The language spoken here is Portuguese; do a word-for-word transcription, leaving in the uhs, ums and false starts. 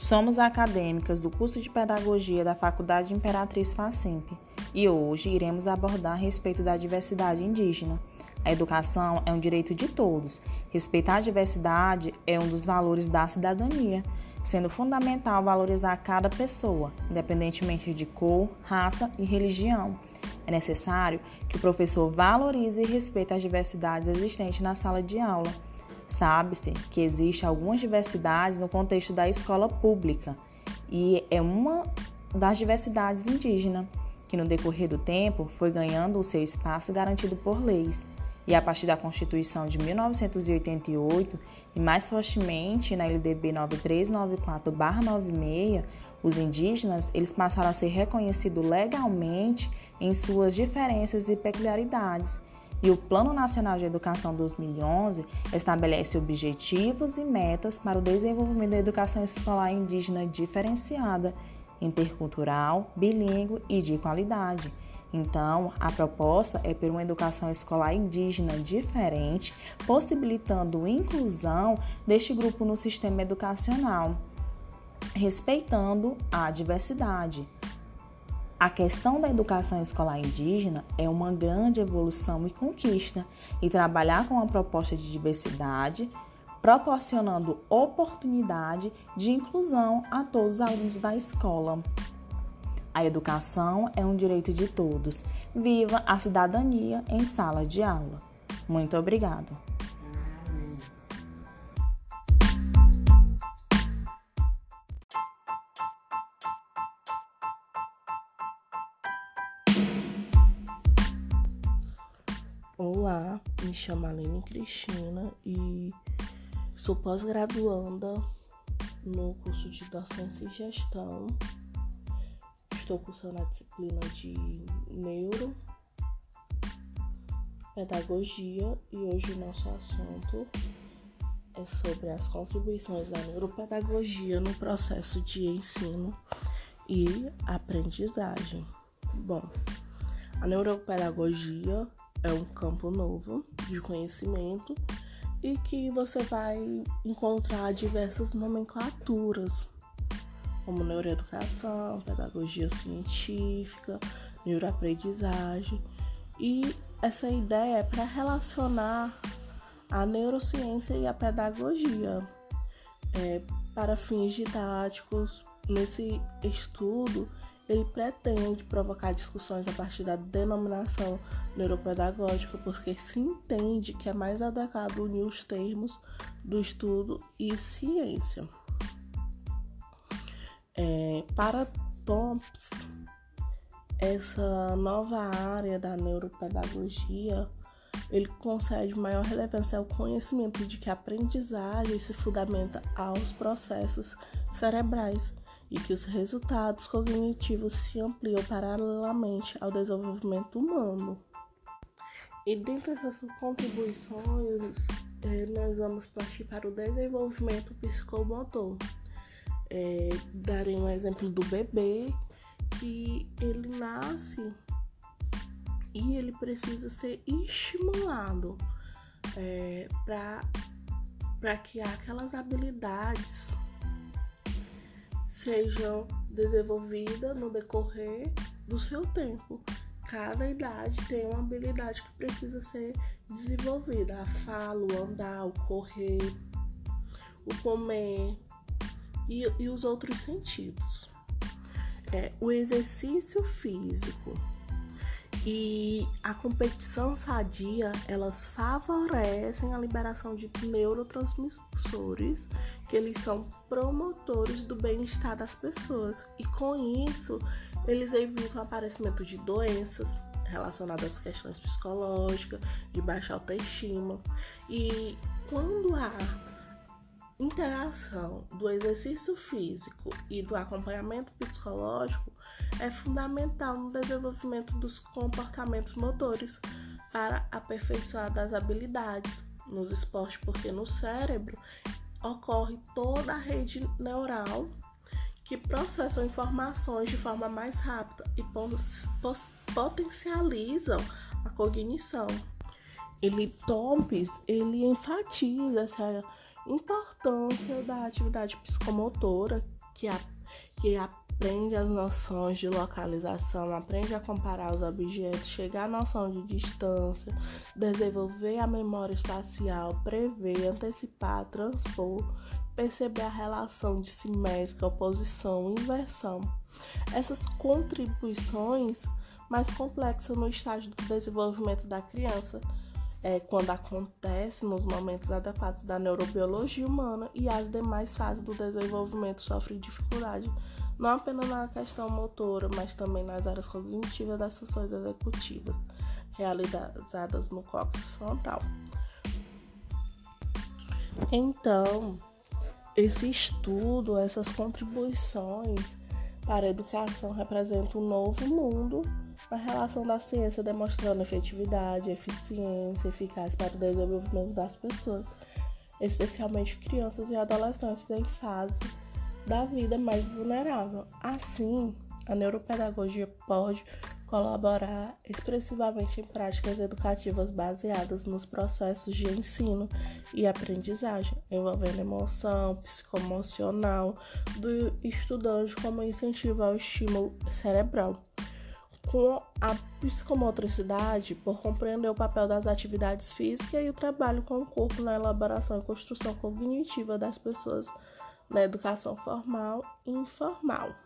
Somos acadêmicas do curso de Pedagogia da Faculdade Imperatriz Facimp e hoje iremos abordar a respeito da diversidade indígena. A educação é um direito de todos. Respeitar a diversidade é um dos valores da cidadania, sendo fundamental valorizar cada pessoa, independentemente de cor, raça e religião. É necessário que o professor valorize e respeite as diversidades existentes na sala de aula. Sabe-se que existem algumas diversidades no contexto da escola pública e é uma das diversidades indígenas, que no decorrer do tempo foi ganhando o seu espaço garantido por leis. E a partir da Constituição de mil novecentos e oitenta e oito e mais fortemente na L D B nove três nove quatro barra noventa e seis, os indígenas eles passaram a ser reconhecidos legalmente em suas diferenças e peculiaridades. E o Plano Nacional de Educação dois mil e onze estabelece objetivos e metas para o desenvolvimento da educação escolar indígena diferenciada, intercultural, bilíngue e de qualidade. Então, a proposta é por uma educação escolar indígena diferente, possibilitando a inclusão deste grupo no sistema educacional, respeitando a diversidade. A questão da educação escolar indígena é uma grande evolução e conquista, e trabalhar com a proposta de diversidade, proporcionando oportunidade de inclusão a todos os alunos da escola. A educação é um direito de todos. Viva a cidadania em sala de aula. Muito obrigada. Olá, me chamo Aline Cristina e sou pós-graduanda no curso de Docência e Gestão. Estou cursando a disciplina de Neuro, Pedagogia e hoje o nosso assunto é sobre as contribuições da neuropedagogia no processo de ensino e aprendizagem. Bom, a neuropedagogia é um campo novo de conhecimento e que você vai encontrar diversas nomenclaturas, como neuroeducação, pedagogia científica, neuroaprendizagem. E essa ideia é para relacionar a neurociência e a pedagogia é, para fins didáticos. Nesse estudo, ele pretende provocar discussões a partir da denominação neuropedagógica, porque se entende que é mais adequado unir os termos do estudo e ciência. É, para Thompson, essa nova área da neuropedagogia, ele concede maior relevância ao conhecimento de que a aprendizagem se fundamenta aos processos cerebrais e que os resultados cognitivos se ampliam paralelamente ao desenvolvimento humano. E dentre essas contribuições, eh, nós vamos partir para o desenvolvimento psicomotor. É, darei um exemplo do bebê, que ele nasce e ele precisa ser estimulado é, para que aquelas habilidades sejam desenvolvidas no decorrer do seu tempo. Cada idade tem uma habilidade que precisa ser desenvolvida: a fala, o andar, o correr, o comer e, e os outros sentidos. É, o exercício físico e a competição sadia, elas favorecem a liberação de neurotransmissores, que eles são promotores do bem-estar das pessoas, e com isso eles evitam o aparecimento de doenças relacionadas às questões psicológicas, de baixa autoestima. E quando há interação do exercício físico e do acompanhamento psicológico, é fundamental no desenvolvimento dos comportamentos motores para aperfeiçoar das habilidades nos esportes, porque no cérebro ocorre toda a rede neural que processa informações de forma mais rápida e potencializam a cognição. Ele, Thompson, ele enfatiza essa importância da atividade psicomotora, que, a, que aprende as noções de localização, aprende a comparar os objetos, chegar à noção de distância, desenvolver a memória espacial, prever, antecipar, transpor, perceber a relação de simétrica, oposição, inversão. Essas contribuições mais complexas no estágio do desenvolvimento da criança, é, quando acontece nos momentos adequados da neurobiologia humana, e as demais fases do desenvolvimento sofrem dificuldade, não apenas na questão motora, mas também nas áreas cognitivas das funções executivas, realizadas no córtex frontal. Então, esse estudo, essas contribuições para a educação representam um novo mundo na relação da ciência, demonstrando efetividade, eficiência, eficácia para o desenvolvimento das pessoas, especialmente crianças e adolescentes em fase da vida mais vulnerável. Assim, a neuropedagogia pode colaborar expressivamente em práticas educativas baseadas nos processos de ensino e aprendizagem, envolvendo emoção psicoemocional do estudante como incentivo ao estímulo cerebral. Com a psicomotricidade, por compreender o papel das atividades físicas e o trabalho com o corpo na elaboração e construção cognitiva das pessoas na educação formal e informal.